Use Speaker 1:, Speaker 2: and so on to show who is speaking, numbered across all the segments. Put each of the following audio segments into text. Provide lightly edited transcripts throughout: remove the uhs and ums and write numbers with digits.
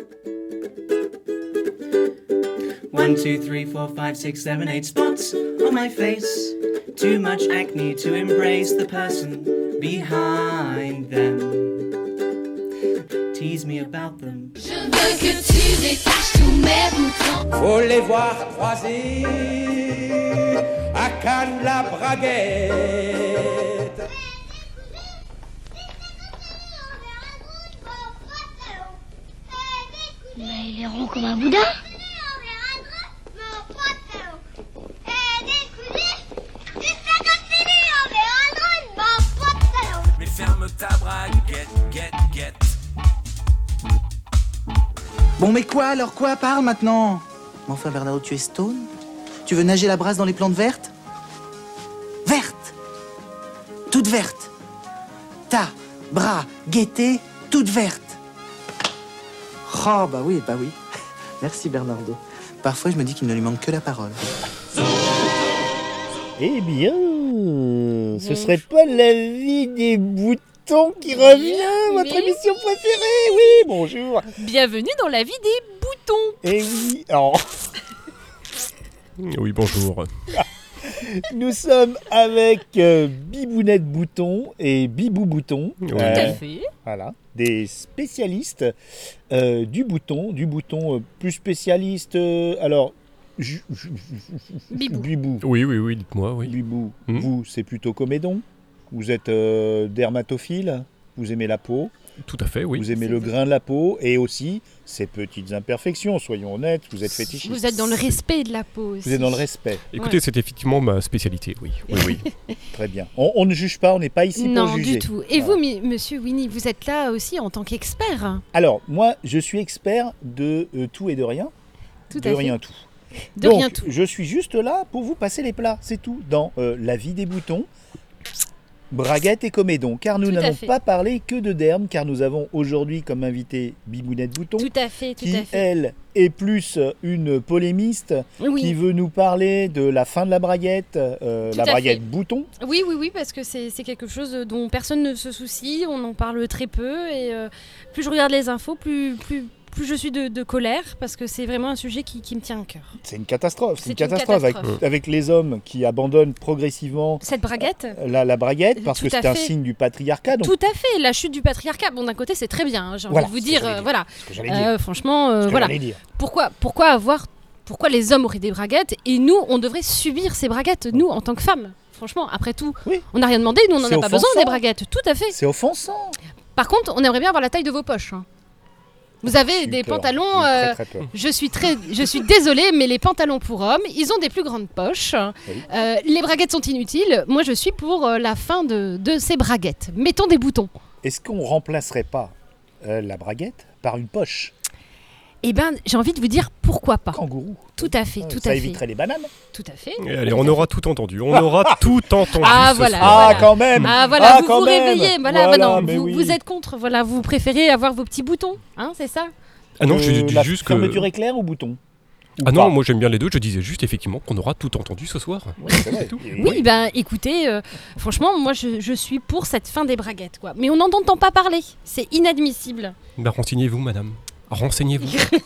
Speaker 1: 1, 2, 3, 4, 5, 6, 7, 8 spots on my face. Too much acne to embrace the person behind them. Tease me about them.
Speaker 2: Je veux que tu détaches tous mes boutons.
Speaker 3: Faut les voir croiser à Cannes la Braguette.
Speaker 2: Mais il est rond comme un boudin.
Speaker 3: Mais ferme ta braguette, get.
Speaker 4: Bon, mais quoi alors, quoi? Parle maintenant. Mais enfin, Bernardo, tu es stone? Tu veux nager la brasse dans les plantes vertes? Vertes! Toutes vertes! Ta, bras, gaieté, toutes vertes! Oh, bah oui. Merci, Bernardo. Parfois, je me dis qu'il ne lui manque que la parole.
Speaker 5: Eh bien, ce serait pas la vie des boutons qui revient, votre émission préférée? Oui, bonjour.
Speaker 6: Bienvenue dans la vie des boutons.
Speaker 5: Eh oui, alors,
Speaker 7: Oui, bonjour.
Speaker 5: nous sommes avec Bibounette Bouton et Bibou Bouton.
Speaker 7: Oui.
Speaker 6: Tout à fait.
Speaker 5: Voilà, des spécialistes du bouton plus spécialistes. Alors,
Speaker 6: Bibou.
Speaker 5: Bibou.
Speaker 7: Oui, dites-moi, oui.
Speaker 5: Bibou,
Speaker 7: Hmm.
Speaker 5: vous, c'est plutôt comédon. Vous êtes dermatophile. Vous aimez la peau.
Speaker 7: Tout à fait, oui.
Speaker 5: Vous aimez le grain de la peau et aussi ses petites imperfections. Soyons honnêtes, vous êtes fétichiste.
Speaker 6: Vous êtes dans le respect de la peau aussi.
Speaker 5: Vous êtes dans le respect.
Speaker 7: Écoutez,
Speaker 6: Ouais.
Speaker 7: c'est effectivement ma spécialité, oui.
Speaker 5: Très bien. On ne juge pas, on n'est pas ici pour
Speaker 6: Non,
Speaker 5: juger.
Speaker 6: du tout. Et
Speaker 5: Voilà.
Speaker 6: vous, monsieur Winnie, vous êtes là aussi en tant qu'expert.
Speaker 5: Alors, moi, je suis expert de tout et de rien.
Speaker 6: Tout
Speaker 5: de
Speaker 6: à fait.
Speaker 5: rien tout.
Speaker 6: De
Speaker 5: Donc,
Speaker 6: rien tout.
Speaker 5: je suis juste là pour vous passer les plats, c'est tout. Dans la vie des boutons, braguette et comédon. Car nous
Speaker 6: Tout à
Speaker 5: n'avons
Speaker 6: fait.
Speaker 5: pas parlé que de derme, car nous avons aujourd'hui comme invité Bibounette Bouton,
Speaker 6: Tout à fait.
Speaker 5: qui, elle, est plus une polémiste,
Speaker 6: Oui.
Speaker 5: qui veut nous parler de la fin de la braguette, la
Speaker 6: à
Speaker 5: braguette
Speaker 6: fait.
Speaker 5: bouton.
Speaker 6: Oui, parce que c'est quelque chose dont personne ne se soucie, on en parle très peu, et plus je regarde les infos, plus je suis de colère, parce que c'est vraiment un sujet qui me tient à cœur.
Speaker 5: C'est une catastrophe.
Speaker 6: C'est une catastrophe.
Speaker 5: Avec les hommes qui abandonnent progressivement
Speaker 6: Cette braguette,
Speaker 5: la braguette parce
Speaker 6: Tout
Speaker 5: que
Speaker 6: à
Speaker 5: c'est un
Speaker 6: fait.
Speaker 5: signe du patriarcat. Donc,
Speaker 6: tout à fait, la chute du patriarcat. Bon, d'un côté, c'est très bien, hein, j'ai
Speaker 5: Voilà,
Speaker 6: envie de vous
Speaker 5: c'est ce que
Speaker 6: dire,
Speaker 5: j'allais
Speaker 6: voilà.
Speaker 5: ce que j'allais dire.
Speaker 6: Franchement,
Speaker 5: ce que
Speaker 6: voilà.
Speaker 5: j'allais dire.
Speaker 6: Pourquoi les hommes auraient des braguettes et nous, on devrait subir ces braguettes, nous, en tant que femmes? Franchement, après tout,
Speaker 5: Oui.
Speaker 6: on n'a rien demandé, nous, on n'en
Speaker 5: C'est
Speaker 6: a pas besoin
Speaker 5: offensant.
Speaker 6: des braguettes. Tout à fait.
Speaker 5: C'est offensant.
Speaker 6: Par contre, on aimerait bien voir la taille de vos poches. hein. Vous avez
Speaker 5: J'ai eu
Speaker 6: des
Speaker 5: peur.
Speaker 6: pantalons.
Speaker 5: J'ai eu très peur.
Speaker 6: Je suis désolée, mais les pantalons pour hommes, ils ont des plus grandes poches.
Speaker 5: Oui.
Speaker 6: Les braguettes sont inutiles. Moi, je suis pour la fin de ces braguettes. Mettons des boutons.
Speaker 5: Est-ce qu'on remplacerait pas la braguette par une poche
Speaker 6: Eh ben, j'ai envie de vous dire pourquoi pas.
Speaker 5: kangourou?
Speaker 6: Tout à fait, tout
Speaker 5: Ça
Speaker 6: à fait.
Speaker 5: éviterait les bananes.
Speaker 6: Tout à fait.
Speaker 7: Et allez, on aura tout entendu. On aura tout entendu
Speaker 6: Ah,
Speaker 7: ce
Speaker 6: voilà.
Speaker 7: soir.
Speaker 5: Ah,
Speaker 6: Voilà.
Speaker 5: quand même.
Speaker 6: Ah voilà,
Speaker 5: Ah,
Speaker 6: vous
Speaker 5: quand
Speaker 6: vous
Speaker 5: même.
Speaker 6: réveillez. Voilà,
Speaker 5: Voilà,
Speaker 6: non,
Speaker 5: mais
Speaker 6: vous,
Speaker 5: oui.
Speaker 6: vous êtes contre. Voilà, vous préférez avoir vos petits boutons, hein, c'est ça?
Speaker 7: Ah non, je dis
Speaker 5: la
Speaker 7: juste que...
Speaker 5: fermeture éclair ou bouton? Ou
Speaker 7: Ah non,
Speaker 5: pas?
Speaker 7: moi j'aime bien les deux. Je disais juste effectivement qu'on aura tout entendu ce soir.
Speaker 5: C'est vrai.
Speaker 6: Oui, ben écoutez, franchement, moi je suis pour cette fin des braguettes, quoi. Mais on n'en entend pas parler. C'est inadmissible.
Speaker 7: Bah, renseignez-vous, madame. Renseignez-vous.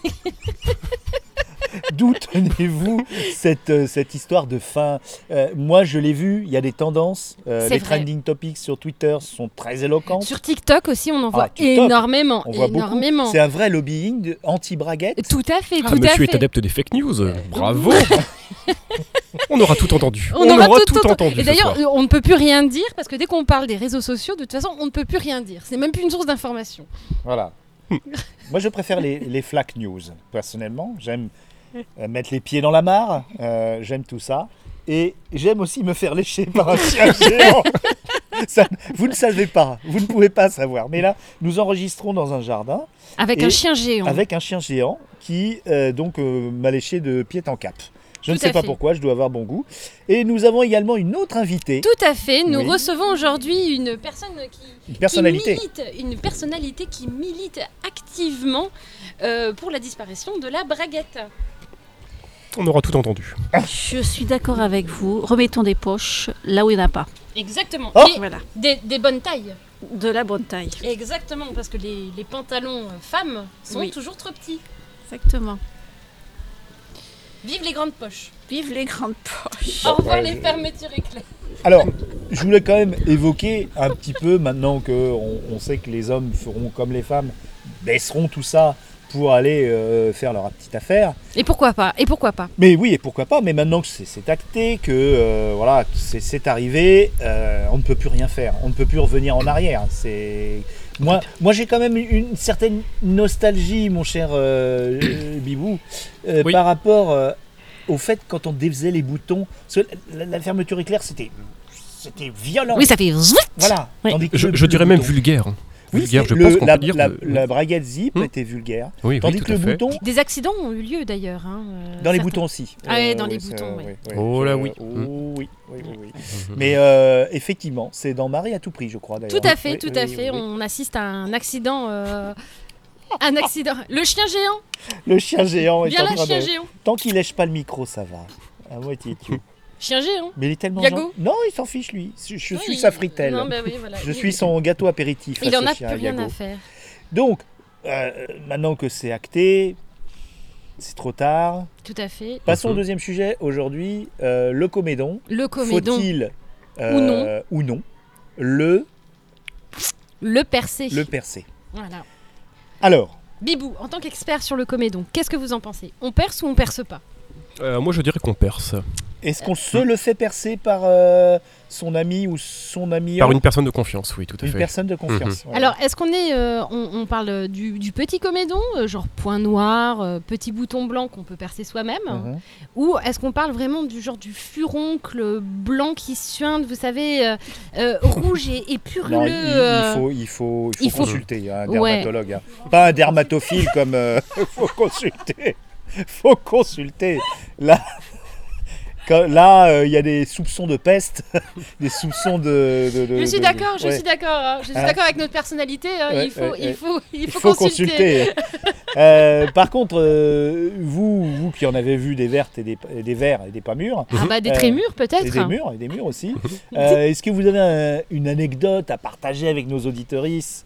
Speaker 5: D'où tenez-vous cette histoire de fin? Moi, je l'ai vu, il y a des tendances.
Speaker 6: C'est
Speaker 5: Les
Speaker 6: vrai.
Speaker 5: trending topics sur Twitter sont très éloquents.
Speaker 6: Sur TikTok aussi, on en voit
Speaker 5: TikTok,
Speaker 6: énormément.
Speaker 5: On voit
Speaker 6: énormément.
Speaker 5: beaucoup. C'est un vrai lobbying anti-braguette.
Speaker 6: Tout à fait,
Speaker 7: Ah,
Speaker 6: tout à
Speaker 7: monsieur est
Speaker 6: fait.
Speaker 7: adepte des fake news. Bravo. On aura tout entendu.
Speaker 6: On aura tout
Speaker 7: entendu.
Speaker 6: Et
Speaker 7: ce
Speaker 6: d'ailleurs,
Speaker 7: soir.
Speaker 6: on ne peut plus rien dire parce que dès qu'on parle des réseaux sociaux, de toute façon, on ne peut plus rien dire. C'est même plus une source d'information.
Speaker 5: Voilà. Moi, je préfère les flack news, personnellement. J'aime mettre les pieds dans la mare. J'aime tout ça. Et j'aime aussi me faire lécher par un chien géant. Ça, vous ne savez pas, vous ne pouvez pas savoir. Mais là, nous enregistrons dans un jardin
Speaker 6: Avec
Speaker 5: Et
Speaker 6: un chien géant.
Speaker 5: avec un chien géant qui m'a léché de pied en cap. Je ne
Speaker 6: Tout
Speaker 5: sais
Speaker 6: à
Speaker 5: pas
Speaker 6: fait.
Speaker 5: pourquoi, je dois avoir bon goût. Et nous avons également une autre invitée,
Speaker 6: Tout à fait. Nous
Speaker 5: Oui.
Speaker 6: recevons aujourd'hui une personne
Speaker 5: une personnalité.
Speaker 6: une personnalité qui milite activement pour la disparition de la braguette.
Speaker 7: On aura tout entendu.
Speaker 8: Je suis d'accord avec vous. Remettons des poches là où il n'y en a pas.
Speaker 6: Exactement.
Speaker 5: Oh
Speaker 6: Et
Speaker 8: Voilà.
Speaker 6: des bonnes tailles.
Speaker 8: De la bonne taille.
Speaker 6: Exactement, parce que les pantalons femmes sont
Speaker 8: Oui.
Speaker 6: toujours trop petits.
Speaker 8: Exactement.
Speaker 6: Vive les grandes poches.
Speaker 8: Vive les grandes poches.
Speaker 6: Au revoir
Speaker 5: ouais,
Speaker 6: les fermetures éclairs.
Speaker 5: Alors, je voulais quand même évoquer un petit peu, maintenant qu'on sait que les hommes feront comme les femmes, baisseront tout ça pour aller faire leur petite affaire.
Speaker 6: Et pourquoi pas.
Speaker 5: Mais oui, et pourquoi pas, mais maintenant que c'est acté, que voilà, c'est arrivé, on ne peut plus rien faire, on ne peut plus revenir en arrière. Moi j'ai quand même une certaine nostalgie, mon cher Bibou,
Speaker 7: Oui.
Speaker 5: par rapport au fait quand on défaisait les boutons, parce que la fermeture éclair c'était violent.
Speaker 6: Oui, ça fait zouit.
Speaker 5: Voilà.
Speaker 6: Oui.
Speaker 5: Tandis que
Speaker 7: Je
Speaker 5: le
Speaker 7: dirais même
Speaker 5: bouton-
Speaker 7: vulgaire.
Speaker 5: Oui,
Speaker 7: Vulgaire,
Speaker 5: c'est
Speaker 7: je
Speaker 5: le-
Speaker 7: pense qu'on
Speaker 5: la,
Speaker 7: peut dire.
Speaker 5: la,
Speaker 7: que-
Speaker 5: la braguette zip
Speaker 7: Hmm.
Speaker 5: était vulgaire.
Speaker 7: Oui,
Speaker 5: Tandis
Speaker 7: tout
Speaker 5: que
Speaker 7: à
Speaker 5: le
Speaker 7: fait.
Speaker 5: bouton,
Speaker 6: Des accidents ont eu lieu d'ailleurs.
Speaker 5: dans les
Speaker 6: certains.
Speaker 5: boutons aussi.
Speaker 6: Ah ouais, dans les
Speaker 5: ça,
Speaker 6: boutons, oui.
Speaker 7: Oh là, oui.
Speaker 5: Oui. Mais effectivement, c'est dans Marée à tout prix, je crois d'ailleurs.
Speaker 6: Tout à fait,
Speaker 5: Oui,
Speaker 6: tout
Speaker 5: oui,
Speaker 6: à
Speaker 5: oui,
Speaker 6: fait.
Speaker 5: oui.
Speaker 6: On assiste à un accident. Un accident. Le chien géant.
Speaker 5: Le chien géant est
Speaker 6: Viens
Speaker 5: en
Speaker 6: là,
Speaker 5: train
Speaker 6: chien
Speaker 5: de...
Speaker 6: géant.
Speaker 5: Tant qu'il lèche pas le micro, ça va. À moitié tout.
Speaker 6: Chien géant.
Speaker 5: Mais il est tellement
Speaker 6: Yago.
Speaker 5: gentil. Non, il s'en fiche lui. Je suis
Speaker 6: Oui,
Speaker 5: sa fritelle.
Speaker 6: Non, bah oui, voilà.
Speaker 5: Je suis son gâteau apéritif.
Speaker 6: Il
Speaker 5: à
Speaker 6: en
Speaker 5: ce
Speaker 6: a
Speaker 5: chien,
Speaker 6: plus rien
Speaker 5: Yago.
Speaker 6: à faire.
Speaker 5: Donc, maintenant que c'est acté, c'est trop tard.
Speaker 6: Tout à fait.
Speaker 5: Passons au deuxième sujet. Aujourd'hui, le comédon.
Speaker 6: Le comédon.
Speaker 5: Faut-il
Speaker 6: Ou non.
Speaker 5: le
Speaker 6: percer.
Speaker 5: percer?
Speaker 6: Voilà.
Speaker 5: Alors,
Speaker 6: Bibou, en tant qu'expert sur le comédon, qu'est-ce que vous en pensez? On perce ou on perce pas?
Speaker 7: Moi, je dirais qu'on perce.
Speaker 5: est-ce qu'on se le fait percer par son ami ou son ami
Speaker 7: Par une personne de confiance, oui, tout à
Speaker 5: une
Speaker 7: fait.
Speaker 5: personne de confiance? Voilà.
Speaker 6: Alors, est-ce qu'on est, on parle du petit comédon, genre point noir, petit bouton blanc qu'on peut percer soi-même,
Speaker 5: Mhm.
Speaker 6: ou est-ce qu'on parle vraiment du genre du furoncle blanc qui suinte, vous savez, rouge et puruleux?
Speaker 5: Non, il faut
Speaker 6: il faut-
Speaker 5: consulter un
Speaker 6: Ouais.
Speaker 5: dermatologue. Hein. Pas un dermatophile comme... faut consulter. Faut consulter. Là, il y a des soupçons de peste, des soupçons de...
Speaker 6: Je suis d'accord, je
Speaker 5: ouais.
Speaker 6: suis d'accord. Hein. Je suis
Speaker 5: Hein?
Speaker 6: d'accord avec notre personnalité. Hein.
Speaker 5: Ouais,
Speaker 6: il faut
Speaker 5: Il faut
Speaker 6: consulter.
Speaker 5: Par contre, vous qui en avez vu des vertes et des verts et des pas mûrs,
Speaker 6: Ah bah des très mûrs peut-être.
Speaker 5: et des mûrs aussi, est-ce que vous avez une anecdote à partager avec nos auditorices?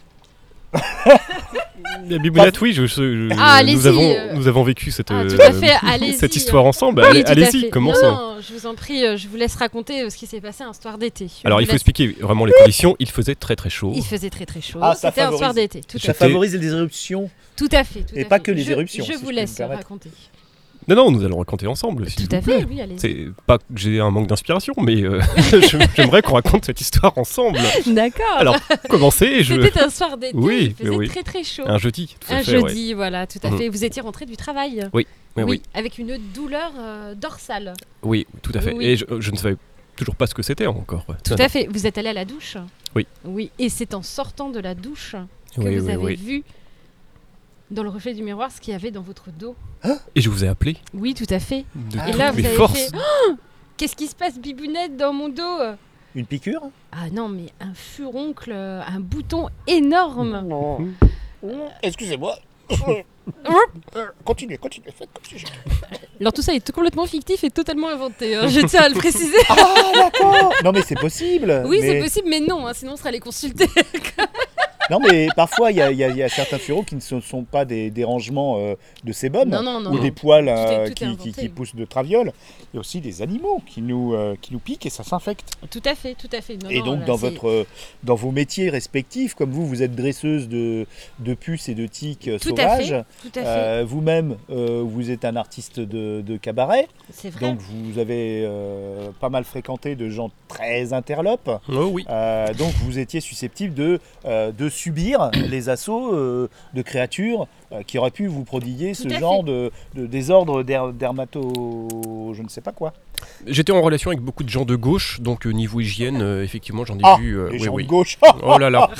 Speaker 7: La Bibounette, oui,
Speaker 6: Ah, allez-y,
Speaker 7: nous avons vécu cette,
Speaker 6: Ah, tout à fait, allez-y.
Speaker 7: cette histoire ensemble.
Speaker 6: Oui, tout à
Speaker 7: Allez-y,
Speaker 6: fait.
Speaker 7: commençons.
Speaker 6: Non, je vous en prie, je vous laisse raconter ce qui s'est passé un soir d'été.
Speaker 7: Alors, il faut expliquer vraiment les conditions. Il faisait très très chaud.
Speaker 6: Il faisait très très chaud.
Speaker 5: Ah, ça
Speaker 6: C'était un
Speaker 5: favorise.
Speaker 6: soir d'été. Tout
Speaker 5: Ça
Speaker 6: à fait.
Speaker 5: favorise les éruptions.
Speaker 6: Tout à fait. Tout
Speaker 5: Et
Speaker 6: à
Speaker 5: pas
Speaker 6: fait.
Speaker 5: que les éruptions,
Speaker 6: Je
Speaker 5: si
Speaker 6: vous
Speaker 5: je peux
Speaker 6: laisse
Speaker 5: me permettre.
Speaker 6: raconter.
Speaker 7: Non, nous allons raconter ensemble. s'il
Speaker 6: Tout à
Speaker 7: vous plaît.
Speaker 6: fait, oui, allez.
Speaker 7: C'est pas que j'ai un manque d'inspiration, mais j'aimerais qu'on raconte cette histoire ensemble.
Speaker 6: D'accord.
Speaker 7: Alors, commencez.
Speaker 6: C'était un soir d'été.
Speaker 7: Oui,
Speaker 6: il faisait
Speaker 7: oui.
Speaker 6: très très chaud.
Speaker 7: Un jeudi, tout à
Speaker 6: Un
Speaker 7: fait. ouais.
Speaker 6: jeudi, voilà, tout à
Speaker 7: Mhm.
Speaker 6: fait. Vous étiez rentré du travail.
Speaker 7: Oui, oui.
Speaker 6: Avec une douleur dorsale.
Speaker 7: Oui, tout à fait.
Speaker 6: Oui.
Speaker 7: Et je ne savais toujours pas ce que c'était encore. Ouais.
Speaker 6: Tout à fait. Vous êtes allé à la douche.
Speaker 7: Oui.
Speaker 6: Oui. Et c'est en sortant de la douche que
Speaker 7: Oui,
Speaker 6: vous
Speaker 7: oui,
Speaker 6: avez
Speaker 7: oui.
Speaker 6: vu dans le reflet du miroir ce qu'il y avait dans votre dos.
Speaker 7: Et je vous ai appelé
Speaker 6: Oui, tout à fait.
Speaker 7: de
Speaker 6: Et là,
Speaker 7: toutes
Speaker 6: vous
Speaker 7: mes
Speaker 6: avez
Speaker 7: forces.
Speaker 6: fait Oh, qu'est-ce qui se passe, Bibounette, dans mon dos?
Speaker 5: Une piqûre?
Speaker 6: Ah non, mais un furoncle, un bouton énorme.
Speaker 5: Excusez-moi. Continuez, faites comme si j'étais-
Speaker 6: Alors tout ça est complètement fictif et totalement inventé. Hein. Je tiens à le préciser.
Speaker 5: Ah, d'accord. Non, mais c'est possible.
Speaker 6: Oui,
Speaker 5: mais...
Speaker 6: c'est possible, mais non, hein, sinon on serait allé consulter.
Speaker 5: Non, mais parfois, il y a certains fureaux qui ne sont pas des dérangements de sébum
Speaker 6: Non, non, non,
Speaker 5: ou
Speaker 6: non.
Speaker 5: des poils
Speaker 6: Tout est
Speaker 5: qui
Speaker 6: inventé.
Speaker 5: poussent de traviole. Il y a aussi des animaux qui nous piquent et ça s'infecte.
Speaker 6: Tout à fait, tout à fait. Non,
Speaker 5: Et
Speaker 6: non,
Speaker 5: donc,
Speaker 6: là,
Speaker 5: dans vos métiers respectifs, comme vous êtes dresseuse de puces et de tiques
Speaker 6: Tout à fait,
Speaker 5: sauvages,
Speaker 6: tout à fait.
Speaker 5: vous-même, vous êtes un artiste de cabaret,
Speaker 6: C'est vrai.
Speaker 5: donc vous avez pas mal fréquenté de gens très interlopes.
Speaker 7: Oh oui.
Speaker 5: Donc vous étiez susceptible de subir les assauts de créatures qui auraient pu vous prodiguer ce
Speaker 6: à
Speaker 5: genre de désordre dermato... je ne sais pas quoi.
Speaker 7: J'étais en relation avec beaucoup de gens de gauche, donc niveau hygiène, effectivement, j'en ai
Speaker 5: Ah,
Speaker 7: vu.
Speaker 5: les
Speaker 7: oui,
Speaker 5: gens
Speaker 7: oui.
Speaker 5: de gauche.
Speaker 7: Oh là là.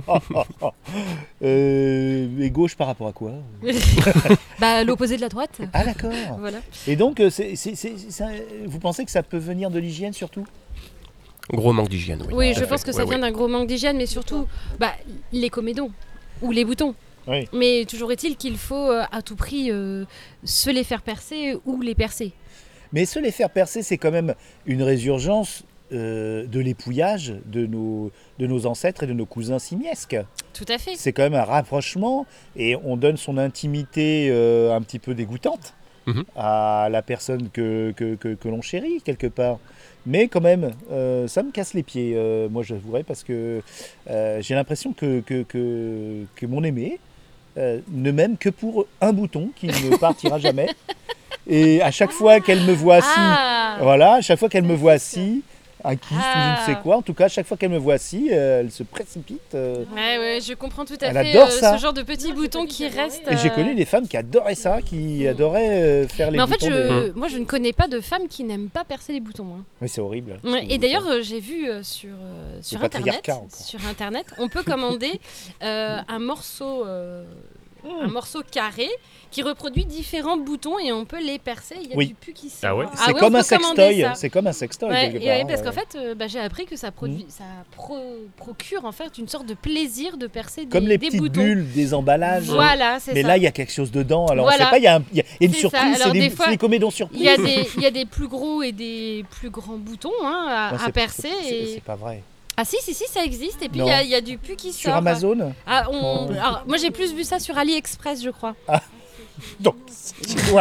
Speaker 5: Et gauche par rapport à quoi?
Speaker 6: Bah, l'opposé de la droite.
Speaker 5: Ah d'accord.
Speaker 6: Voilà.
Speaker 5: Et donc vous pensez que ça peut venir de l'hygiène surtout?
Speaker 7: Gros manque d'hygiène, oui.
Speaker 6: Oui,
Speaker 7: tout
Speaker 6: je
Speaker 7: à
Speaker 6: pense
Speaker 7: fait.
Speaker 6: que ça
Speaker 7: Ouais,
Speaker 6: vient
Speaker 7: ouais.
Speaker 6: d'un gros manque d'hygiène, mais surtout, bah, les comédons ou les boutons.
Speaker 5: Oui.
Speaker 6: Mais toujours est-il qu'il faut à tout prix se les faire percer ou les percer.
Speaker 5: Mais se les faire percer, c'est quand même une résurgence de l'épouillage de nos ancêtres et de nos cousins simiesques.
Speaker 6: Tout à fait.
Speaker 5: C'est quand même un rapprochement et on donne son intimité un petit peu dégoûtante à la personne que l'on chérit quelque part. Mais quand même, ça me casse les pieds, moi j'avouerais, parce que j'ai l'impression que mon aimé ne m'aime que pour un bouton qui ne partira jamais. Et à chaque fois qu'elle me voit assis, voilà, à chaque fois qu'elle me voit assis, un kiss ou je ne sais quoi, en tout cas, à chaque fois qu'elle me voit assis, elle se précipite.
Speaker 6: Ouais, je comprends tout à
Speaker 5: Elle
Speaker 6: fait
Speaker 5: adore ça.
Speaker 6: ce genre de petits boutons qui restent.
Speaker 5: Et j'ai connu des femmes qui adoraient ça, qui adoraient faire les
Speaker 6: Mais en
Speaker 5: boutons.
Speaker 6: fait, moi je ne connais pas de femmes qui n'aiment pas percer les boutons. Hein.
Speaker 5: Oui, c'est horrible.
Speaker 6: Ouais, et d'ailleurs, j'ai vu sur
Speaker 5: patriarcat,
Speaker 6: Internet, on peut commander un morceau carré qui reproduit différents boutons et on peut les percer. Il y a
Speaker 5: Oui.
Speaker 6: du pu qui sort.
Speaker 7: Ah ouais
Speaker 5: C'est comme un sextoy. C'est comme un sextoy quelque part.
Speaker 6: Parce qu'en fait, j'ai appris que ça procure en fait une sorte de plaisir de percer
Speaker 5: comme les
Speaker 6: des
Speaker 5: petites
Speaker 6: boutons.
Speaker 5: bulles des emballages.
Speaker 6: Voilà, c'est
Speaker 5: Mais
Speaker 6: ça.
Speaker 5: là, il y a quelque chose dedans. Alors,
Speaker 6: Voilà.
Speaker 5: on sait pas, il y a une
Speaker 6: C'est
Speaker 5: surprise,
Speaker 6: ça. Alors, des fois,
Speaker 5: c'est des comédons surprises.
Speaker 6: Il y a des plus gros et des plus grands boutons à
Speaker 5: Non,
Speaker 6: percer.
Speaker 5: C'est pas vrai.
Speaker 6: Ah si, ça existe. Et puis
Speaker 5: Non.
Speaker 6: il y a du pu qui
Speaker 5: Sur
Speaker 6: sort.
Speaker 5: Amazon
Speaker 6: Alors, moi j'ai plus vu ça sur AliExpress, je crois.
Speaker 5: Donc, ouais.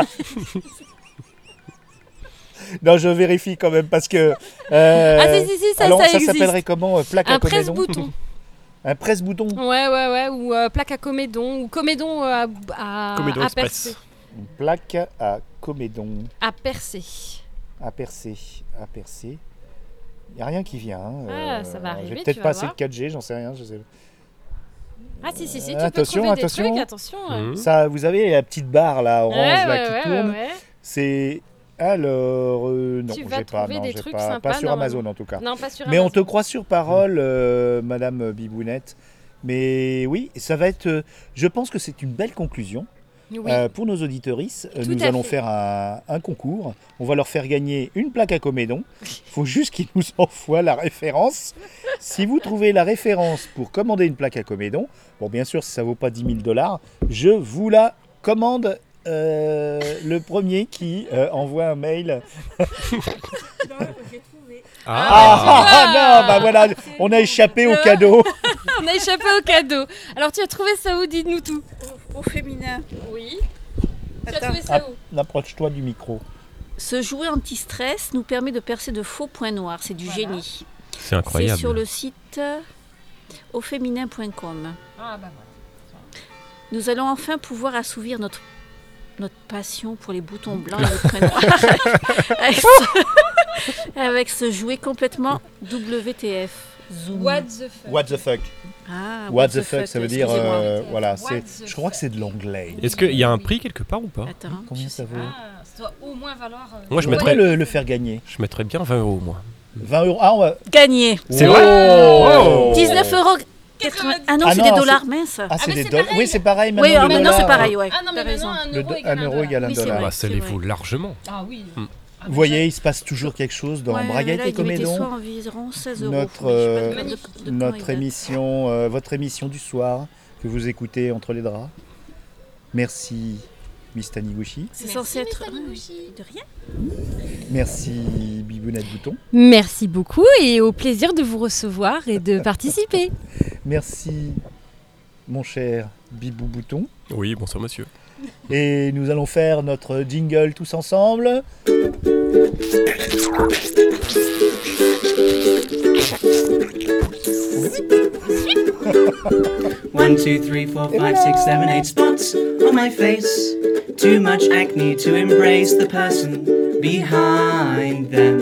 Speaker 5: Non, je vérifie quand même parce que.
Speaker 6: Si, ça
Speaker 5: alors, ça
Speaker 6: existe.
Speaker 5: s'appellerait comment Plaque à
Speaker 6: Un
Speaker 5: comédon.
Speaker 6: presse-bouton.
Speaker 5: Un presse-bouton.
Speaker 6: Ouais. Ou plaque à comédon. Ou comédon à
Speaker 7: Comédon
Speaker 6: à
Speaker 7: Express.
Speaker 6: percer.
Speaker 5: Une plaque à comédon.
Speaker 6: À percer.
Speaker 5: À percer. Il n'y a rien qui vient.
Speaker 6: Ça va arriver,
Speaker 5: J'ai peut-être
Speaker 6: tu
Speaker 5: pas
Speaker 6: vas
Speaker 5: assez de 4G, j'en sais rien. Je sais.
Speaker 6: Ah si, tu
Speaker 5: Attention,
Speaker 6: peux trouver
Speaker 5: attention.
Speaker 6: des trucs, attention.
Speaker 5: Ça, vous avez la petite barre là, orange là, qui tourne.
Speaker 6: Ouais.
Speaker 5: C'est. Alors, non,
Speaker 6: Tu vas
Speaker 5: j'ai pas.
Speaker 6: trouver
Speaker 5: Non,
Speaker 6: des
Speaker 5: j'ai
Speaker 6: trucs
Speaker 5: pas.
Speaker 6: sympas,
Speaker 5: Pas sur
Speaker 6: normalement.
Speaker 5: Amazon en tout cas.
Speaker 6: Non, pas sur
Speaker 5: Mais on
Speaker 6: Amazon.
Speaker 5: te croit sur parole, Madame Bibounette. Mais oui, ça va être. Je pense que c'est une belle conclusion.
Speaker 6: Oui.
Speaker 5: Pour nos auditorices,
Speaker 6: Tout
Speaker 5: nous
Speaker 6: à
Speaker 5: allons
Speaker 6: fait.
Speaker 5: faire un concours. On va leur faire gagner une plaque à comédon. Il faut juste qu'ils nous envoient la référence. Si vous trouvez la référence pour commander une plaque à comédon, bon, bien sûr, si ça ne vaut pas 10 000 $, je vous la commande. Le premier qui envoie un mail. Non, bah voilà, on a échappé au cadeau.
Speaker 6: On a échappé au cadeau. Alors tu as trouvé ça où? Dis-nous tout.
Speaker 8: Au féminin.
Speaker 6: Oui. Tu as trouvé ça où?
Speaker 5: Approche-toi du micro.
Speaker 8: Ce jouet anti-stress nous permet de percer de faux points noirs. C'est du génie.
Speaker 7: C'est incroyable.
Speaker 8: C'est sur le site auféminin.com.
Speaker 6: Ah bah voilà.
Speaker 8: Nous allons enfin pouvoir assouvir notre passion pour les boutons blancs et les points noirs avec ce jouet complètement WTF. Zoom.
Speaker 6: What the fuck?
Speaker 5: What the fuck?
Speaker 8: Ah,
Speaker 5: What the fuck, ça veut dire.
Speaker 8: excusez-moi.
Speaker 5: Voilà,
Speaker 6: What
Speaker 5: c'est.
Speaker 6: the
Speaker 5: Je crois que c'est de l'anglais.
Speaker 7: Est-ce qu'il y a un prix quelque part ou pas?
Speaker 8: Attends.
Speaker 5: Combien ça vaut?
Speaker 6: Ah, ça doit au moins valoir.
Speaker 7: Moi, je
Speaker 5: On
Speaker 7: mettrais-
Speaker 5: pourrait le faire gagner.
Speaker 7: Je mettrais bien 20 €, moi.
Speaker 5: 20 €. Ah, on va.
Speaker 8: Gagné.
Speaker 7: C'est
Speaker 5: Oh
Speaker 7: vrai?
Speaker 5: Oh
Speaker 8: 19 €. Ah non,
Speaker 5: Ah
Speaker 8: c'est
Speaker 5: non,
Speaker 8: des dollars minces.
Speaker 5: Ah, c'est
Speaker 6: mais
Speaker 5: des
Speaker 6: c'est
Speaker 5: dollars.
Speaker 6: pareil.
Speaker 5: Oui, c'est pareil.
Speaker 8: Oui,
Speaker 5: Maintenant, le
Speaker 8: maintenant c'est
Speaker 5: dollar,
Speaker 8: pareil, ouais.
Speaker 6: Ah non, mais
Speaker 8: T'as raison.
Speaker 6: maintenant,
Speaker 5: Le
Speaker 6: un euro égale
Speaker 5: un
Speaker 8: Oui, c'est
Speaker 5: dollar.
Speaker 8: vrai.
Speaker 7: Bah, ça les vaut largement.
Speaker 6: Ah oui.
Speaker 5: Vous voyez, il se passe toujours quelque chose dans
Speaker 8: Ouais,
Speaker 5: Braguette
Speaker 8: là,
Speaker 5: et
Speaker 8: il mettait
Speaker 5: Comédon.
Speaker 8: soit environ 16 €.
Speaker 5: Notre,
Speaker 8: mais je sais pas de quand
Speaker 5: notre
Speaker 8: il date.
Speaker 5: émission, votre émission du soir que vous écoutez entre les draps. Merci, Miss Taniguchi.
Speaker 8: C'est censé être. De rien.
Speaker 5: Merci, Bibounette Bouton.
Speaker 6: Merci beaucoup et au plaisir de vous recevoir et de participer.
Speaker 5: Merci, mon cher Bibou Bouton.
Speaker 7: Oui, bonsoir monsieur.
Speaker 5: Et nous allons faire notre jingle tous ensemble.
Speaker 1: 1, 2, 3, 4, 5, 6, 7, 8 spots on my face. Too much acne to embrace the person behind them.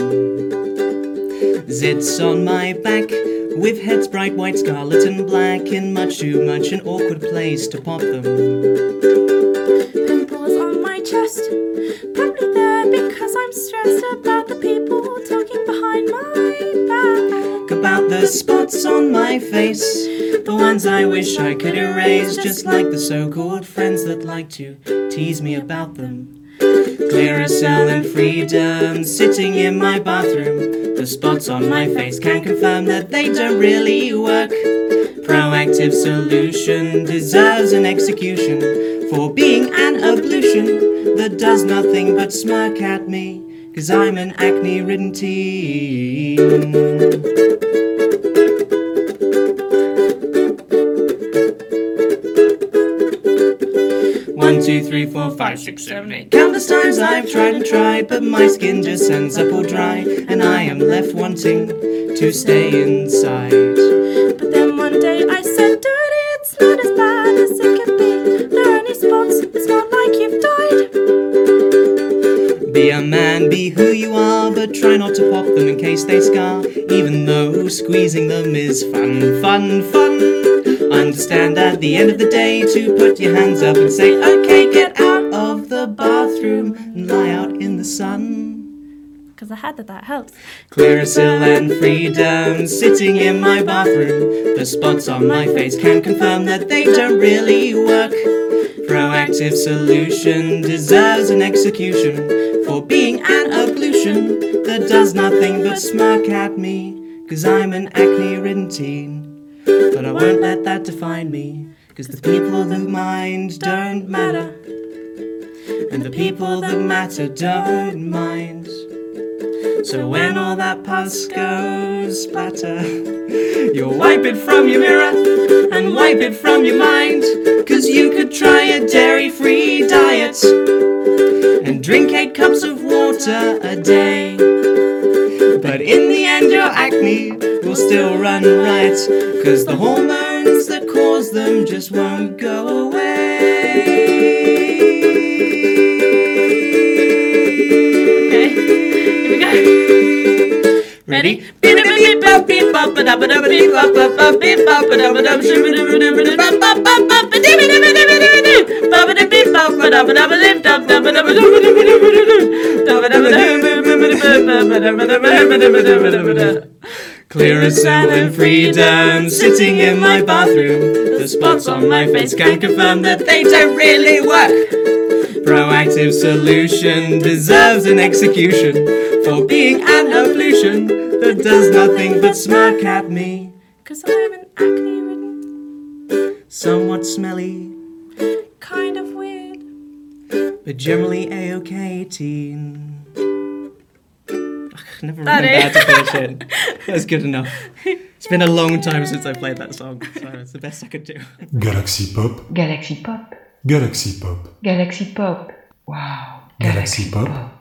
Speaker 1: Zits on my back with heads bright white, scarlet and black, and much too much an awkward place to pop them.
Speaker 9: Pimples on my chest, probably there because I'm stressed about the people talking behind my back.
Speaker 1: About the spots on my face, the ones I wish I could erase, just like the so-called friends that like to tease me about them. Clear as cell and freedom, sitting in my bathroom. The spots on my face can confirm that they don't really work. Proactive solution deserves an execution for being an ablution that does nothing but smirk at me, 'cause I'm an acne-ridden teen. 1, 2, 3, 4, 5, 6, 7, 8. Countless times I've tried and tried, but my skin just ends up all dry, and I am left wanting to stay inside.
Speaker 9: But then one day I said, dirty, it's not as bad as it could be. There are any spots, it's not like you've died.
Speaker 1: Be a man, be who you are, but try not to pop them in case they scar, even though squeezing them is fun, fun, fun. Understand at the end of the day to put your hands up and say, okay, get out of the bathroom and lie out in the sun.
Speaker 9: Because I had that helps.
Speaker 1: Clearasil and freedom sitting in my bathroom. The spots on my face can confirm that they don't really work. Proactive solution deserves an execution for being an ablution that does nothing but smirk at me, 'cause I'm an acne-ridden teen. But I won't let that define me, 'cause the people that mind don't matter, and the people that matter don't mind. So when all that pus goes splatter, you'll wipe it from your mirror and wipe it from your mind, 'cause you could try a dairy-free diet and drink 8 cups of water a day. But in the end your acne will still run riot, 'cause the hormones that cause them just won't go away. Okay, here we go. Ready? Clearasil and freedom sitting in my bathroom. The spots on my face can confirm that they don't really work. Proactive solution deserves an execution for being an ablution that does nothing but smirk at me,
Speaker 9: 'Cause I'm an acne-ridden,
Speaker 1: somewhat smelly,
Speaker 9: kind of weird.
Speaker 1: but generally a-okay teen. Never
Speaker 9: That
Speaker 1: remember how
Speaker 9: is.
Speaker 1: to finish it. That's good enough. It's been a long time since I played that song, so it's the best I could do.
Speaker 10: Galaxy Pop.
Speaker 11: Galaxy Pop.
Speaker 10: Galaxy Pop.
Speaker 11: Galaxy Pop. Wow.
Speaker 10: Galaxy Pop.